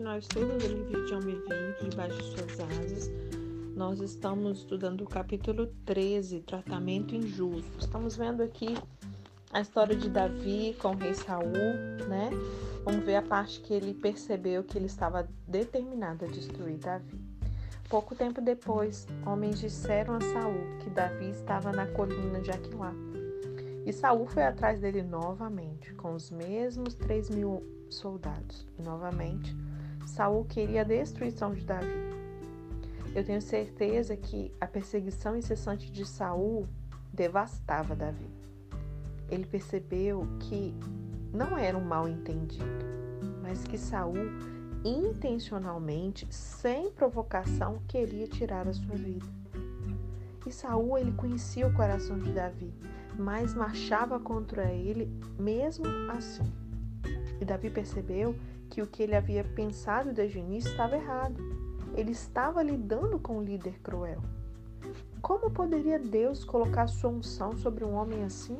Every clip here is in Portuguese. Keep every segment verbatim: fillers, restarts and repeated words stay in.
continuar o estudo do livro de Homem Vivo, Debaixo de Suas Asas. Nós estamos estudando o capítulo treze, Tratamento Injusto. Estamos vendo aqui a história de Davi com o rei Saul, né? Vamos ver a parte que ele percebeu que ele estava determinado a destruir Davi. Pouco tempo depois, homens disseram a Saul que Davi estava na colina de Aquilá. E Saul foi atrás dele novamente, com os mesmos três mil soldados. E novamente, Saul queria a destruição de Davi. Eu tenho certeza que a perseguição incessante de Saul devastava Davi. Ele percebeu que não era um mal entendido, mas que Saul intencionalmente, sem provocação, queria tirar a sua vida. E Saul, ele conhecia o coração de Davi, mas marchava contra ele mesmo assim. E Davi percebeu que o que ele havia pensado desde o início estava errado. Ele estava lidando com um líder cruel. Como poderia Deus colocar sua unção sobre um homem assim?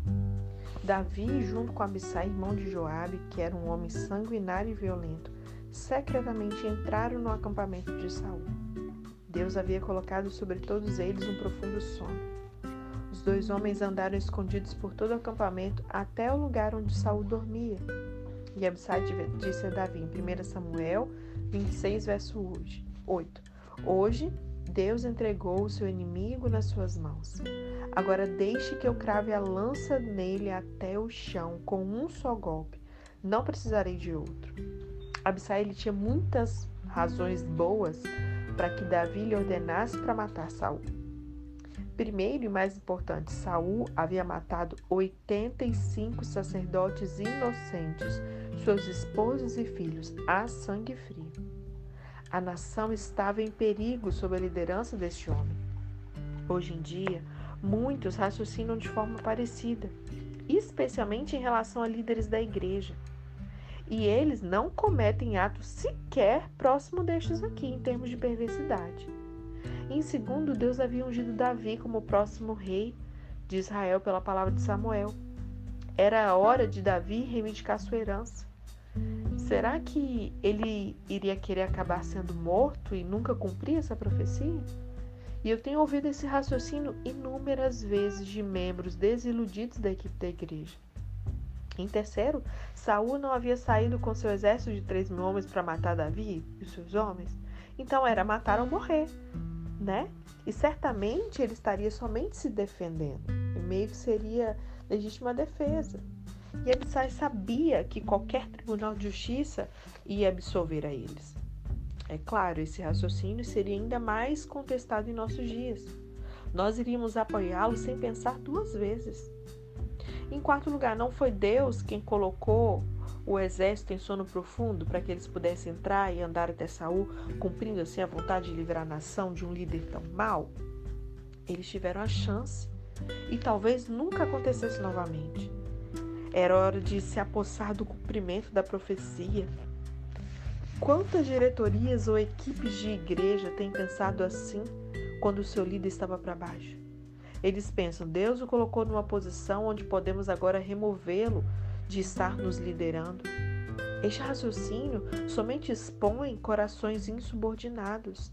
Davi, junto com Abissai, irmão de Joabe, que era um homem sanguinário e violento, secretamente entraram no acampamento de Saul. Deus havia colocado sobre todos eles um profundo sono. Os dois homens andaram escondidos por todo o acampamento até o lugar onde Saul dormia. E Abissai disse a Davi em primeiro Samuel vinte e seis, verso oito: Hoje Deus entregou o seu inimigo nas suas mãos. Agora deixe que eu crave a lança nele até o chão com um só golpe. Não precisarei de outro. Abissai ele tinha muitas razões boas para que Davi lhe ordenasse para matar Saul. Primeiro e mais importante, Saul havia matado oitenta e cinco sacerdotes inocentes, suas esposas e filhos, a sangue frio. A nação estava em perigo sob a liderança deste homem. Hoje em dia, muitos raciocinam de forma parecida, especialmente em relação a líderes da igreja. E eles não cometem atos sequer próximo destes aqui, em termos de perversidade. Em segundo, Deus havia ungido Davi como o próximo rei de Israel pela palavra de Samuel. Era a hora de Davi reivindicar sua herança. Será que ele iria querer acabar sendo morto e nunca cumprir essa profecia? E eu tenho ouvido esse raciocínio inúmeras vezes de membros desiludidos da equipe da igreja. Em terceiro, Saul não havia saído com seu exército de três mil homens para matar Davi e os seus homens? Então era matar ou morrer, né? E certamente ele estaria somente se defendendo. E meio que seria legítima defesa. E Abissai sabia que qualquer tribunal de justiça ia absolver a eles. É claro, esse raciocínio seria ainda mais contestado em nossos dias. Nós iríamos apoiá-lo sem pensar duas vezes. Em quarto lugar, não foi Deus quem colocou o exército em sono profundo para que eles pudessem entrar e andar até Saul, cumprindo assim a vontade de livrar a nação de um líder tão mau? Eles tiveram a chance e talvez nunca acontecesse novamente. Era hora de se apossar do cumprimento da profecia. Quantas diretorias ou equipes de igreja têm pensado assim quando o seu líder estava para baixo? Eles pensam, Deus o colocou numa posição onde podemos agora removê-lo de estar nos liderando. Este raciocínio somente expõe corações insubordinados.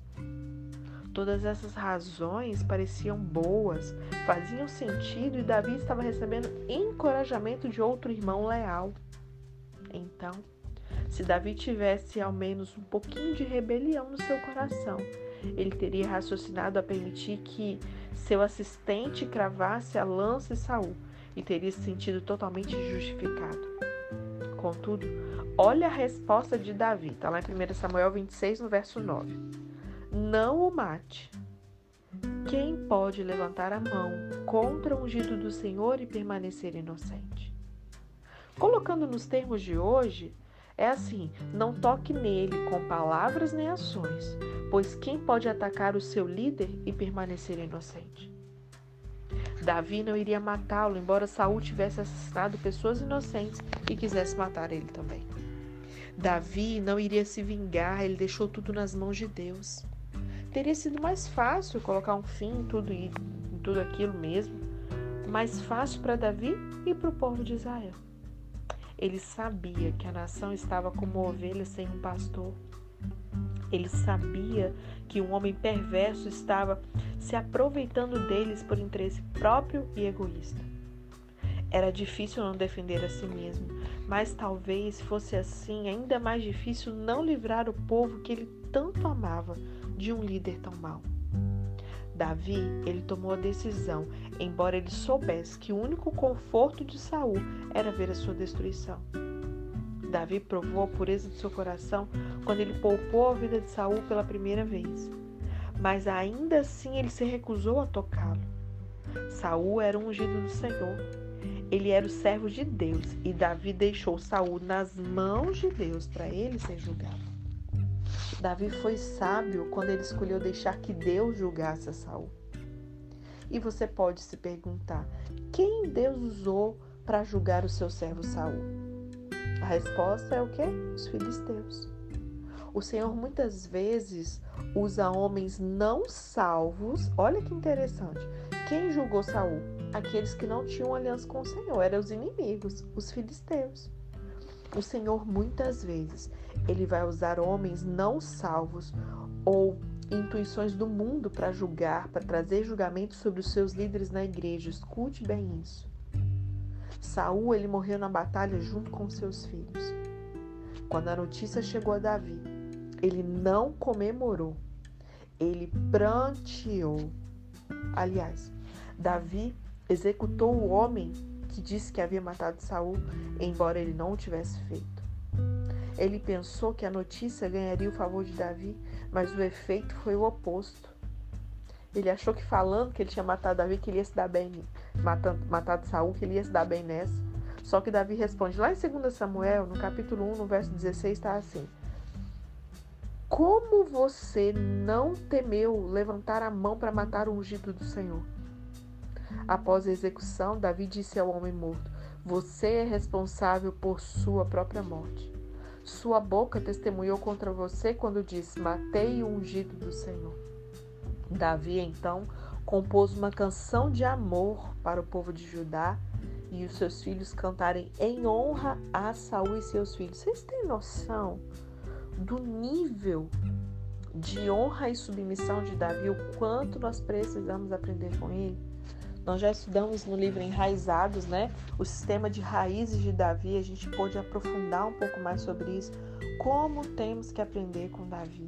Todas essas razões pareciam boas, faziam sentido e Davi estava recebendo encorajamento de outro irmão leal. Então, se Davi tivesse ao menos um pouquinho de rebelião no seu coração, ele teria raciocinado a permitir que seu assistente cravasse a lança em Saul e teria se sentido totalmente justificado. Contudo, olha a resposta de Davi, está lá em primeiro Samuel vinte e seis, no verso nove. Não o mate. Quem pode levantar a mão contra o ungido do Senhor e permanecer inocente? Colocando nos termos de hoje, é assim, não toque nele com palavras nem ações, pois quem pode atacar o seu líder e permanecer inocente? Davi não iria matá-lo, embora Saul tivesse assassinado pessoas inocentes e quisesse matar ele também. Davi não iria se vingar, ele deixou tudo nas mãos de Deus. Teria sido mais fácil colocar um fim em tudo, em tudo aquilo mesmo, mais fácil para Davi e para o povo de Israel. Ele sabia que a nação estava como ovelhas sem um pastor. Ele sabia que um homem perverso estava se aproveitando deles por interesse próprio e egoísta. Era difícil não defender a si mesmo, mas talvez fosse assim ainda mais difícil não livrar o povo que ele tanto amava de um líder tão mau. Davi, ele tomou a decisão, embora ele soubesse que o único conforto de Saul era ver a sua destruição. Davi provou a pureza do seu coração quando ele poupou a vida de Saul pela primeira vez. Mas ainda assim ele se recusou a tocá-lo. Saul era um ungido do Senhor. Ele era o servo de Deus e Davi deixou Saul nas mãos de Deus para ele ser julgado. Davi foi sábio quando ele escolheu deixar que Deus julgasse a Saul. E você pode se perguntar, quem Deus usou para julgar o seu servo Saul? A resposta é o quê? Os filisteus. O Senhor muitas vezes usa homens não salvos. Olha que interessante. Quem julgou Saul? Aqueles que não tinham aliança com o Senhor. Eram os inimigos, os filisteus. O Senhor muitas vezes, ele vai usar homens não salvos ou intuições do mundo para julgar, para trazer julgamento sobre os seus líderes na igreja. Escute bem isso. Saul, ele morreu na batalha junto com seus filhos. Quando a notícia chegou a Davi, ele não comemorou, ele pranteou. Aliás, Davi executou o homem que disse que havia matado Saul, embora ele não o tivesse feito. Ele pensou que a notícia ganharia o favor de Davi, mas o efeito foi o oposto. Ele achou que falando que ele tinha matado Davi, que ele ia se dar bem, matando, matado Saul, que ele ia se dar bem nessa. Só que Davi responde, lá em dois Samuel, no capítulo um, no verso dezesseis, está assim: como você não temeu levantar a mão para matar o ungido do Senhor? Após a execução, Davi disse ao homem morto, você é responsável por sua própria morte. Sua boca testemunhou contra você quando disse, matei o ungido do Senhor. Davi, então, compôs uma canção de amor para o povo de Judá e os seus filhos cantarem em honra a Saul e seus filhos. Vocês têm noção do nível de honra e submissão de Davi, o quanto nós precisamos aprender com ele? Nós já estudamos no livro Enraizados, né? O sistema de raízes de Davi, a gente pôde aprofundar um pouco mais sobre isso. Como temos que aprender com Davi?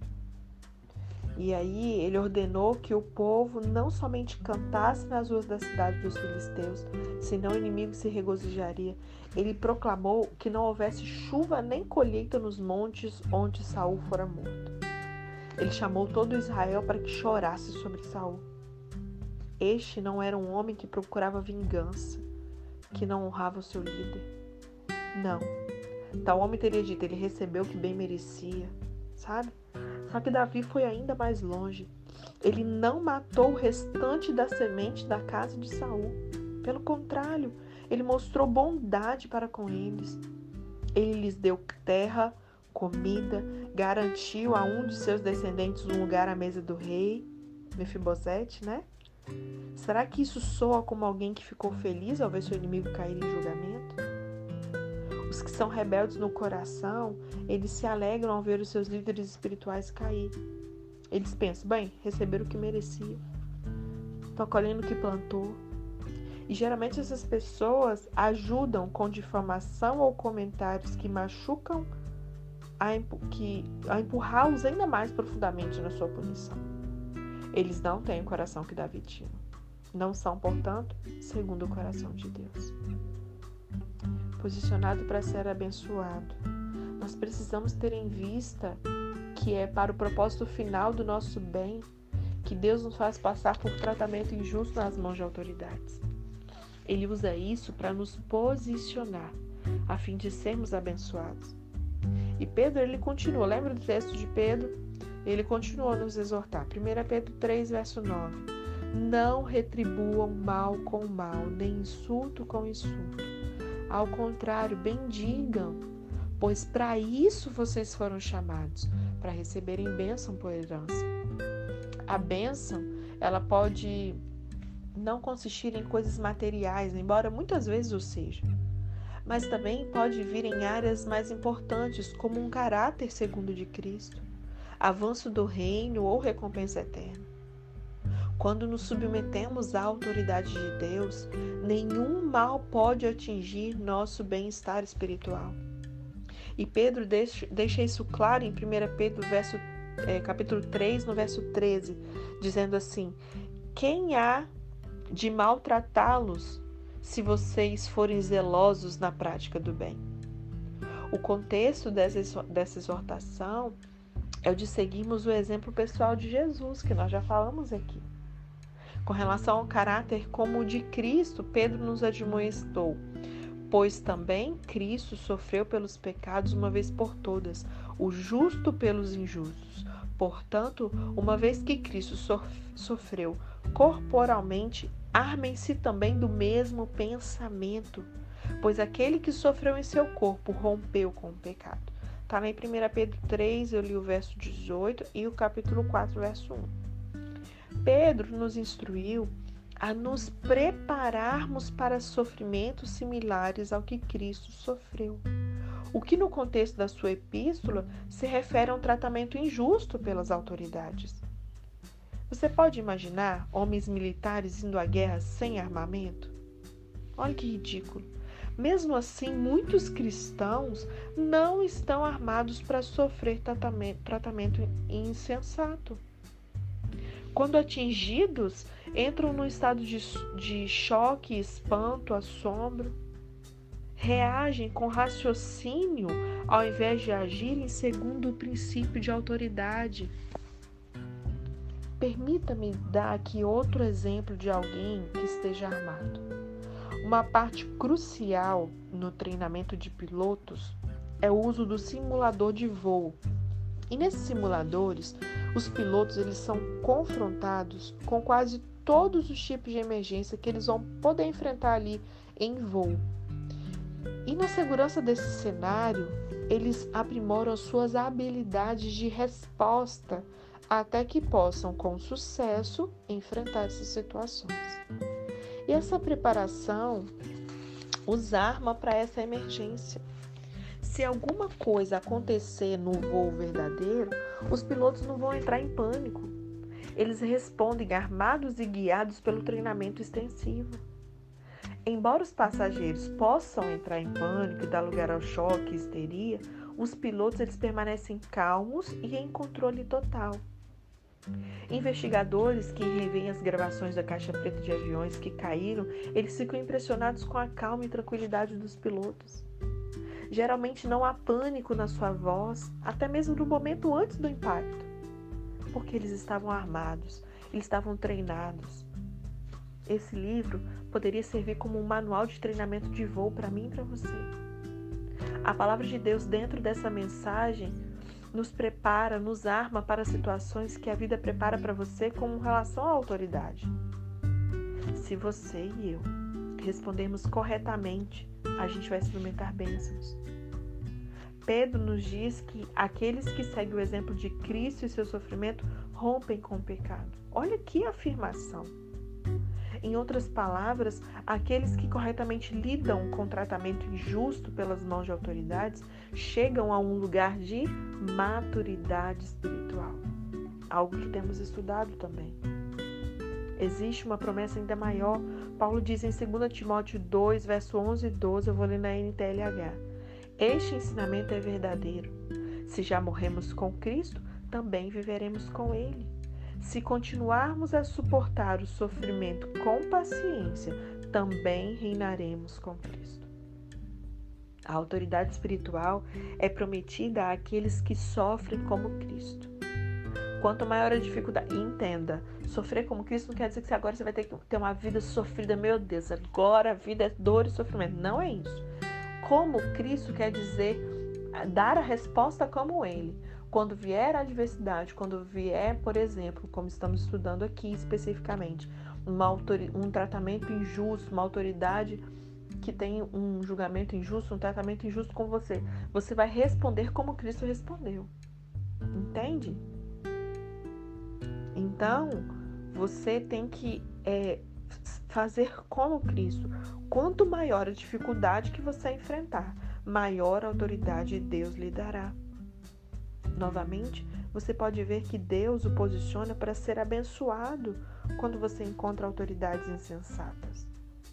E aí ele ordenou que o povo não somente cantasse nas ruas da cidade dos filisteus, senão o inimigo se regozijaria. Ele proclamou que não houvesse chuva nem colheita nos montes onde Saul fora morto. Ele chamou todo Israel para que chorasse sobre Saul. Este não era um homem que procurava vingança, que não honrava o seu líder. Não. Tal homem teria dito, ele recebeu o que bem merecia, sabe? Só que Davi foi ainda mais longe. Ele não matou o restante da semente da casa de Saul. Pelo contrário, ele mostrou bondade para com eles. Ele lhes deu terra, comida, garantiu a um de seus descendentes um lugar à mesa do rei, Mefibosete, né? Será que isso soa como alguém que ficou feliz ao ver seu inimigo cair em julgamento? Os que são rebeldes no coração, eles se alegram ao ver os seus líderes espirituais cair. Eles pensam, bem, receberam o que mereciam. Estão colhendo o que plantou. E geralmente essas pessoas ajudam com difamação ou comentários que machucam a, empu- que, a empurrá-los ainda mais profundamente na sua punição. Eles não têm o coração que Davi tinha. Não são, portanto, segundo o coração de Deus. Posicionado para ser abençoado. Nós precisamos ter em vista que é para o propósito final do nosso bem que Deus nos faz passar por tratamento injusto nas mãos de autoridades. Ele usa isso para nos posicionar, a fim de sermos abençoados. E Pedro, ele continua, lembra do texto de Pedro? Ele continua a nos exortar. primeiro Pedro três, verso nove. Não retribuam mal com mal, nem insulto com insulto. Ao contrário, bendigam, pois para isso vocês foram chamados, para receberem bênção por herança. A bênção, ela pode não consistir em coisas materiais, embora muitas vezes o seja. mas também pode vir em áreas mais importantes, como um caráter segundo o de Cristo, avanço do reino ou recompensa eterna. Quando nos submetemos à autoridade de Deus, nenhum mal pode atingir nosso bem-estar espiritual. E Pedro deixa, deixa isso claro em primeira Pedro, verso, é, capítulo três, no verso treze, dizendo assim: quem há de maltratá-los se vocês forem zelosos na prática do bem? O contexto dessa, dessa exortação é o de seguirmos o exemplo pessoal de Jesus, que nós já falamos aqui. Com relação ao caráter como o de Cristo, Pedro nos admoestou: pois também Cristo sofreu pelos pecados uma vez por todas, o justo pelos injustos. Portanto, uma vez que Cristo sofreu corporalmente, armem-se também do mesmo pensamento, pois aquele que sofreu em seu corpo rompeu com o pecado. Está lá em primeira Pedro três, eu li o verso dezoito e o capítulo quatro, verso um. Pedro nos instruiu a nos prepararmos para sofrimentos similares ao que Cristo sofreu, o que no contexto da sua epístola se refere a um tratamento injusto pelas autoridades. Você pode imaginar homens militares indo à guerra sem armamento? Olha que ridículo. Mesmo assim, muitos cristãos não estão armados para sofrer tratamento, tratamento insensato. Quando atingidos, entram num estado de, de choque, espanto, assombro. Reagem com raciocínio ao invés de agirem segundo o princípio de autoridade. Permita-me dar aqui outro exemplo de alguém que esteja armado. Uma parte crucial no treinamento de pilotos é o uso do simulador de voo. E nesses simuladores, os pilotos eles são confrontados com quase todos os tipos de emergência que eles vão poder enfrentar ali em voo. E na segurança desse cenário, eles aprimoram suas habilidades de resposta até que possam, com sucesso, enfrentar essas situações. E essa preparação os arma para essa emergência. Se alguma coisa acontecer no voo verdadeiro, os pilotos não vão entrar em pânico. Eles respondem armados e guiados pelo treinamento extensivo. Embora os passageiros possam entrar em pânico e dar lugar ao choque e histeria, os pilotos eles permanecem calmos e em controle total. Investigadores que revêem as gravações da caixa preta de aviões que caíram, eles ficam impressionados com a calma e tranquilidade dos pilotos. Geralmente não há pânico na sua voz, até mesmo no momento antes do impacto, porque eles estavam armados, eles estavam treinados. Esse livro poderia servir como um manual de treinamento de voo para mim e para você. A palavra de Deus dentro dessa mensagem nos prepara, nos arma para situações que a vida prepara para você com relação à autoridade. Se você e eu respondermos corretamente, a gente vai experimentar bênçãos. Pedro nos diz que aqueles que seguem o exemplo de Cristo e seu sofrimento rompem com o pecado. Olha que afirmação! Em outras palavras, aqueles que corretamente lidam com tratamento injusto pelas mãos de autoridades chegam a um lugar de maturidade espiritual. Algo que temos estudado também. Existe uma promessa ainda maior. Paulo diz em dois Timóteo dois, verso onze e doze, eu vou ler na N T L H. Este ensinamento é verdadeiro. Se já morremos com Cristo, também viveremos com Ele. Se continuarmos a suportar o sofrimento com paciência, também reinaremos com Cristo. A autoridade espiritual é prometida àqueles que sofrem como Cristo. Quanto maior a dificuldade, entenda, sofrer como Cristo não quer dizer que agora você vai ter que ter uma vida sofrida, meu Deus, agora a vida é dor e sofrimento. Não é isso. Como Cristo quer dizer dar a resposta como Ele. Quando vier a adversidade, quando vier, por exemplo, como estamos estudando aqui especificamente, uma autori- um tratamento injusto, uma autoridade que tem um julgamento injusto, um tratamento injusto com você, você vai responder como Cristo respondeu. Entende? Então, você tem que é, fazer como Cristo. Quanto maior a dificuldade que você enfrentar, maior a autoridade Deus lhe dará. Novamente, você pode ver que Deus o posiciona para ser abençoado quando você encontra autoridades insensatas.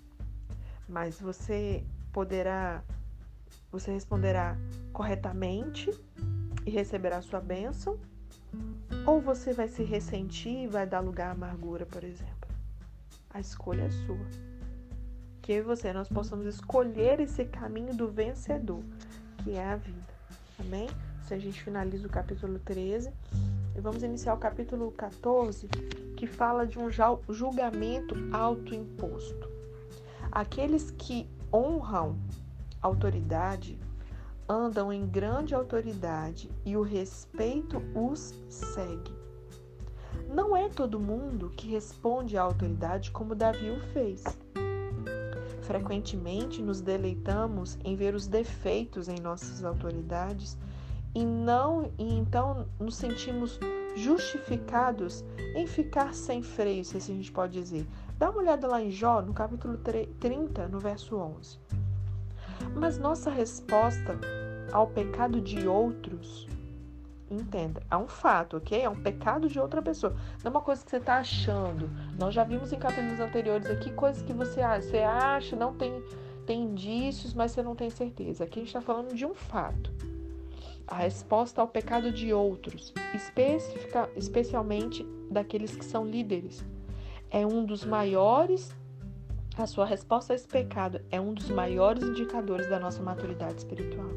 Mas você poderá, você responderá corretamente e receberá sua bênção, ou você vai se ressentir e vai dar lugar à amargura, por exemplo. A escolha é sua. Que eu e você, nós possamos escolher esse caminho do vencedor, que é a vida. Amém? A gente finaliza o capítulo treze e vamos iniciar o capítulo quatorze, que fala de um julgamento autoimposto. Aqueles que honram autoridade andam em grande autoridade e o respeito os segue. Não é todo mundo que responde à autoridade como Davi o fez. Frequentemente nos deleitamos em ver os defeitos em nossas autoridades e não e então nos sentimos justificados em ficar sem freio, se assim a gente pode dizer. Dá uma olhada lá em Jó, no capítulo trinta, no verso onze. Mas nossa resposta ao pecado de outros, entenda, é um fato, ok? É um pecado de outra pessoa. Não é uma coisa que você está achando. Nós já vimos em capítulos anteriores aqui coisas que você acha, você acha, não tem, tem indícios, mas você não tem certeza. Aqui a gente está falando de um fato. A resposta ao pecado de outros, especifica, especialmente daqueles que são líderes, é um dos maiores, a sua resposta a esse pecado é um dos maiores indicadores da nossa maturidade espiritual.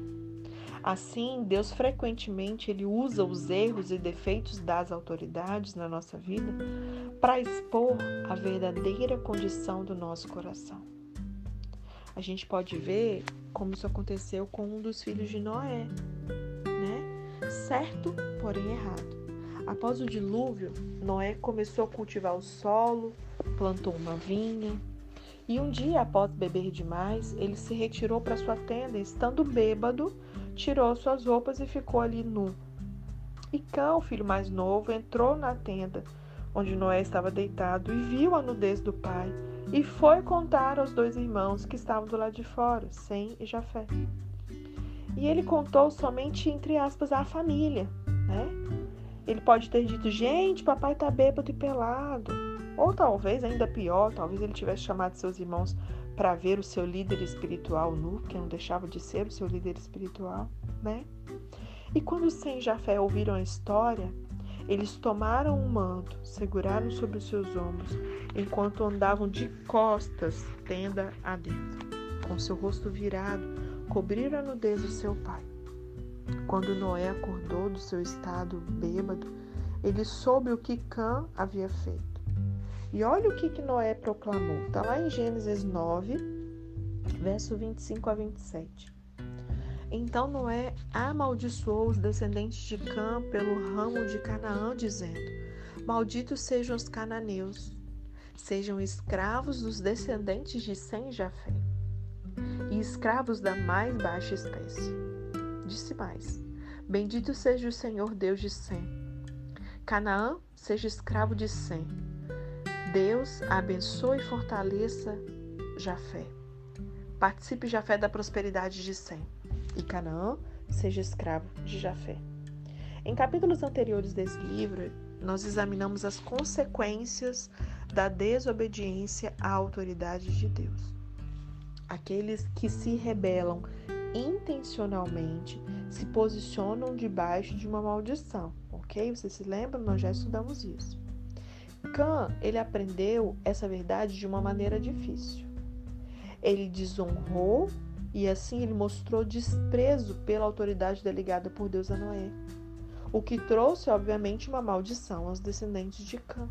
Assim, Deus frequentemente ele usa os erros e defeitos das autoridades na nossa vida para expor a verdadeira condição do nosso coração. A gente pode ver como isso aconteceu com um dos filhos de Noé, né? Certo, porém errado. Após o dilúvio, Noé começou a cultivar o solo, plantou uma vinha, e um dia, após beber demais, ele se retirou para sua tenda, e, estando bêbado, tirou suas roupas e ficou ali nu. E Cã, o filho mais novo, entrou na tenda onde Noé estava deitado e viu a nudez do pai, e foi contar aos dois irmãos que estavam do lado de fora, Sem e Jafé. E ele contou somente, entre aspas, à família, né? Ele pode ter dito, gente, papai tá bêbado e pelado. Ou talvez, ainda pior, talvez ele tivesse chamado seus irmãos para ver o seu líder espiritual nu, que não deixava de ser o seu líder espiritual, né? E quando Sem e Jafé ouviram a história, eles tomaram um manto, seguraram sobre os seus ombros, enquanto andavam de costas, tenda adentro. Com seu rosto virado, cobriram a nudez do seu pai. Quando Noé acordou do seu estado bêbado, ele soube o que Cã havia feito. E olha o que, que Noé proclamou. Está lá em Gênesis nove, verso vinte e cinco a vinte e sete. Então Noé amaldiçoou os descendentes de Cã pelo ramo de Canaã, dizendo: malditos sejam os cananeus, sejam escravos dos descendentes de Sem e Jafé, e escravos da mais baixa espécie. Disse mais: bendito seja o Senhor Deus de Sem. Canaã seja escravo de Sem. Deus abençoe e fortaleça Jafé. Participe Jafé da prosperidade de Sem. E Canaã seja escravo de Jafé. Em capítulos anteriores desse livro, nós examinamos as consequências da desobediência à autoridade de Deus. Aqueles que se rebelam intencionalmente se posicionam debaixo de uma maldição, ok? Você se lembra? Nós já estudamos isso. Cã, ele aprendeu essa verdade de uma maneira difícil. Ele desonrou e assim ele mostrou desprezo pela autoridade delegada por Deus a Noé, o que trouxe, obviamente, uma maldição aos descendentes de Cã.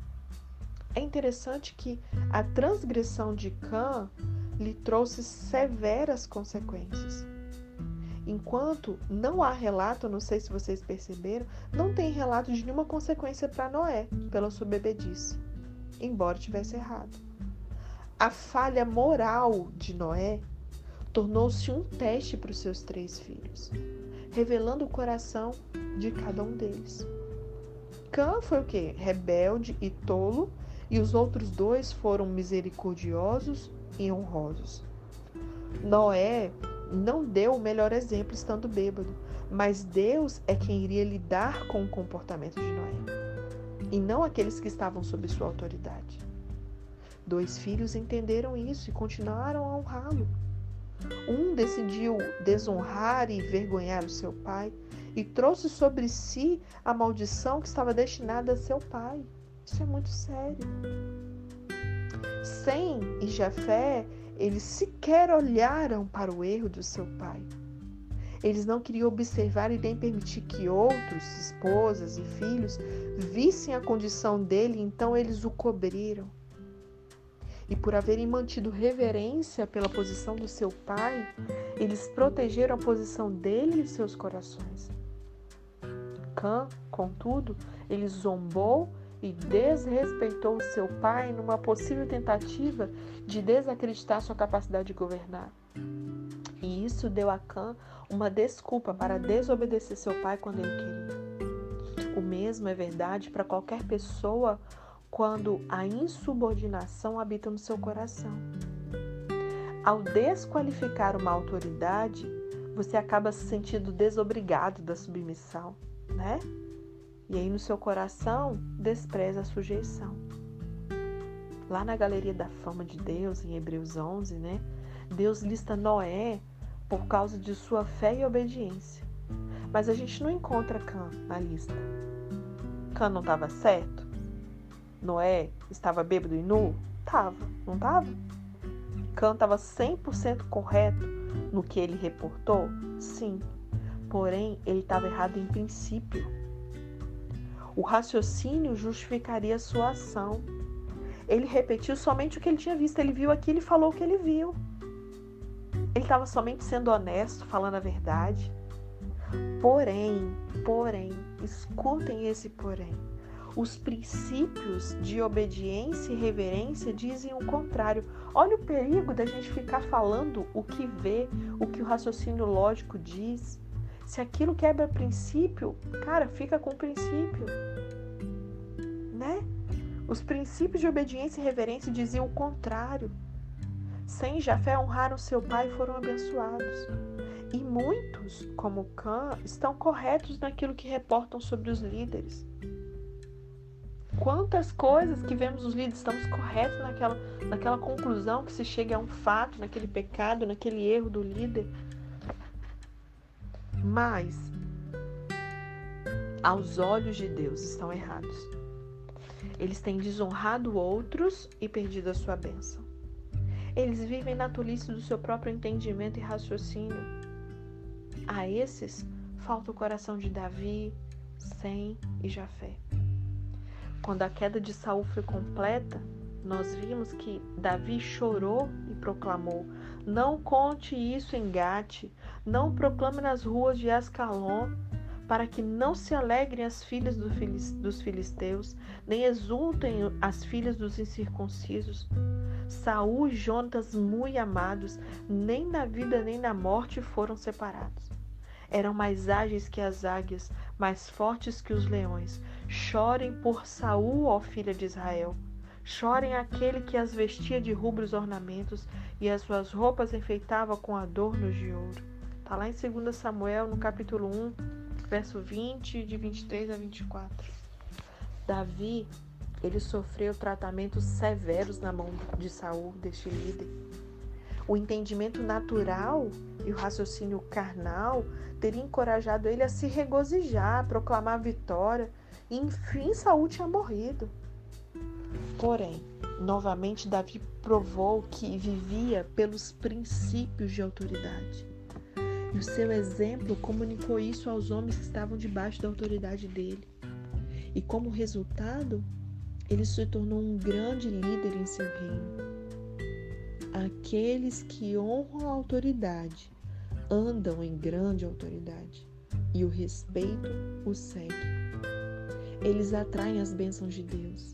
É interessante que a transgressão de Cã lhe trouxe severas consequências. Enquanto não há relato, não sei se vocês perceberam, não tem relato de nenhuma consequência para Noé pela sua bebedice, embora tivesse errado. A falha moral de Noé tornou-se um teste para os seus três filhos, revelando o coração de cada um deles. Cã foi o quê? Rebelde e tolo, e os outros dois foram misericordiosos e honrosos. Noé não deu o melhor exemplo estando bêbado, mas Deus é quem iria lidar com o comportamento de Noé, e não aqueles que estavam sob sua autoridade. Dois filhos entenderam isso e continuaram a honrá-lo. Um decidiu desonrar e envergonhar o seu pai e trouxe sobre si a maldição que estava destinada a seu pai. Isso é muito sério. Sem e Jafé, eles sequer olharam para o erro do seu pai. Eles não queriam observar e nem permitir que outros, esposas e filhos, vissem a condição dele, então eles o cobriram. E por haverem mantido reverência pela posição do seu pai, eles protegeram a posição dele em seus corações. Cã, contudo, ele zombou e desrespeitou o seu pai numa possível tentativa de desacreditar sua capacidade de governar. E isso deu a Cã uma desculpa para desobedecer seu pai quando ele queria. O mesmo é verdade para qualquer pessoa quando a insubordinação habita no seu coração. Ao desqualificar uma autoridade, você acaba se sentindo desobrigado da submissão, né? E aí no seu coração despreza a sujeição. Lá na galeria da fama de Deus, em Hebreus onze, né? Deus lista Noé por causa de sua fé e obediência. Mas a gente não encontra Cã na lista. Cã não estava certo? Noé estava bêbado e nu? Tava, não estava? Cã estava cem por cento correto no que ele reportou? Sim. Porém, ele estava errado em princípio. O raciocínio justificaria a sua ação. Ele repetiu somente o que ele tinha visto. Ele viu aquilo e falou o que ele viu. Ele estava somente sendo honesto, falando a verdade. Porém, porém, escutem esse porém. Os princípios de obediência e reverência dizem o contrário. Olha o perigo da gente ficar falando o que vê, o que o raciocínio lógico diz. Se aquilo quebra princípio, cara, fica com o princípio, né? Os princípios de obediência e reverência diziam o contrário. Sem Jafé honraram seu pai e foram abençoados. E muitos, como Cã, estão corretos naquilo que reportam sobre os líderes. Quantas coisas que vemos os líderes, estamos corretos naquela, naquela conclusão que se chega a um fato, naquele pecado, naquele erro do líder. Mas, aos olhos de Deus, estão errados. Eles têm desonrado outros e perdido a sua bênção. Eles vivem na tolice do seu próprio entendimento e raciocínio. A esses falta o coração de Davi, Sem e Jafé. Quando a queda de Saul foi completa, nós vimos que Davi chorou e proclamou: não conte isso em Gate, não proclame nas ruas de Ascalon, para que não se alegrem as filhas dos filisteus, nem exultem as filhas dos incircuncisos. Saul e Jonatas, muito amados, nem na vida nem na morte foram separados. Eram mais ágeis que as águias, mais fortes que os leões. Chorem por Saul, ó filha de Israel. Chorem aquele que as vestia de rubros ornamentos e as suas roupas enfeitava com adornos de ouro. Está lá em dois Samuel, no capítulo um, verso vinte, de vinte e três a vinte e quatro. Davi, ele sofreu tratamentos severos na mão de Saul, deste líder. O entendimento natural e o raciocínio carnal teria encorajado ele a se regozijar, a proclamar a vitória, e enfim Saul tinha morrido. Porém, novamente Davi provou que vivia pelos princípios de autoridade. E o seu exemplo comunicou isso aos homens que estavam debaixo da autoridade dele. E como resultado, ele se tornou um grande líder em seu reino. Aqueles que honram a autoridade andam em grande autoridade, e o respeito os segue. Eles atraem as bênçãos de Deus.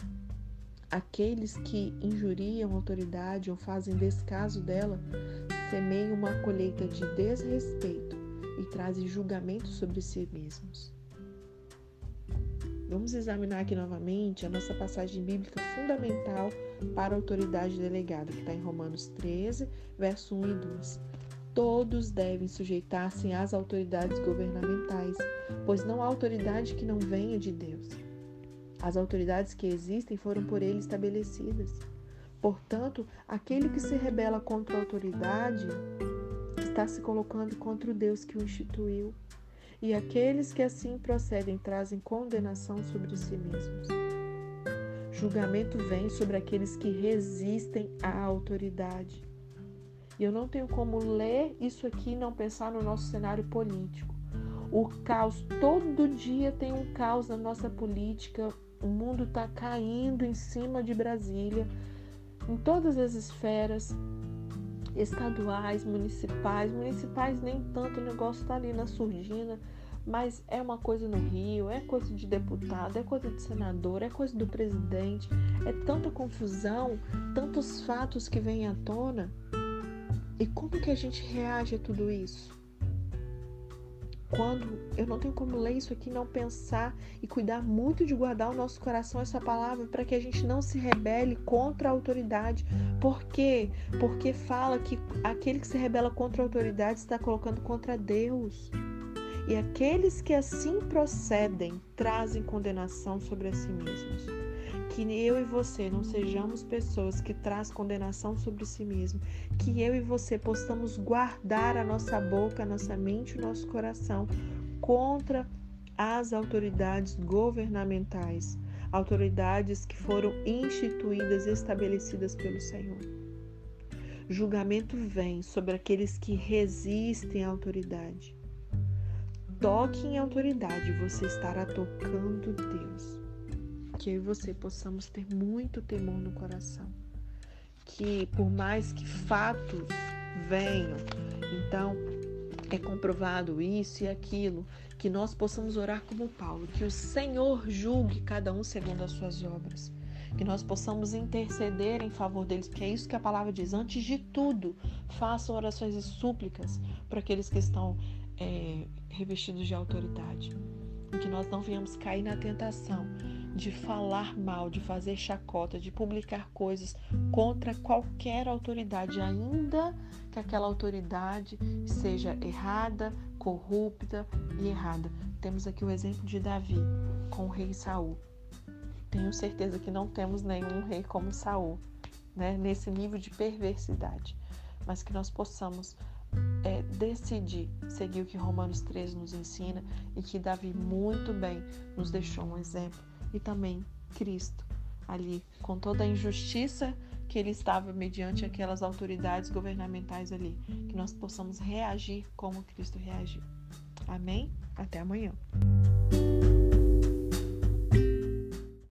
Aqueles que injuriam a autoridade ou fazem descaso dela semeiam uma colheita de desrespeito e trazem julgamento sobre si mesmos. Vamos examinar aqui novamente a nossa passagem bíblica fundamental para a autoridade delegada, que está em Romanos treze, verso um e dois. Todos devem sujeitar-se às autoridades governamentais, pois não há autoridade que não venha de Deus. As autoridades que existem foram por ele estabelecidas. Portanto, aquele que se rebela contra a autoridade está se colocando contra o Deus que o instituiu. E aqueles que assim procedem trazem condenação sobre si mesmos. Julgamento vem sobre aqueles que resistem à autoridade. E eu não tenho como ler isso aqui e não pensar no nosso cenário político. O caos, todo dia tem um caos na nossa política. O mundo está caindo em cima de Brasília, em todas as esferas, estaduais, municipais. Municipais nem tanto, o negócio está ali na surdina, mas é uma coisa no Rio, é coisa de deputado, é coisa de senador, é coisa do presidente. É tanta confusão, tantos fatos que vêm à tona. E como que a gente reage a tudo isso? Quando eu não tenho como ler isso aqui e não pensar e cuidar muito de guardar o nosso coração essa palavra para que a gente não se rebele contra a autoridade. Por quê? Porque fala que aquele que se rebela contra a autoridade está colocando contra Deus. E aqueles que assim procedem trazem condenação sobre a si mesmos. Que eu e você não sejamos pessoas que trazem condenação sobre si mesmo. Que eu e você possamos guardar a nossa boca, a nossa mente, o nosso coração contra as autoridades governamentais. Autoridades que foram instituídas e estabelecidas pelo Senhor. Julgamento vem sobre aqueles que resistem à autoridade. Toque em autoridade, você estará tocando Deus. Que eu e você possamos ter muito temor no coração. Que por mais que fatos venham, então é comprovado isso e aquilo, que nós possamos orar como Paulo, que o Senhor julgue cada um segundo as suas obras. Que nós possamos interceder em favor deles, porque é isso que a palavra diz. Antes de tudo, façam orações e súplicas para aqueles que estão é, revestidos de autoridade. E que nós não venhamos cair na tentação de falar mal, de fazer chacota, de publicar coisas contra qualquer autoridade, ainda que aquela autoridade seja errada, corrupta e errada. Temos aqui o exemplo de Davi com o rei Saul. Tenho certeza que não temos nenhum rei como Saul, né, nesse nível de perversidade, mas que nós possamos É, decidir seguir o que Romanos treze nos ensina e que Davi muito bem nos deixou um exemplo, e também Cristo ali, com toda a injustiça que ele estava mediante aquelas autoridades governamentais ali, que nós possamos reagir como Cristo reagiu. Amém? Até amanhã.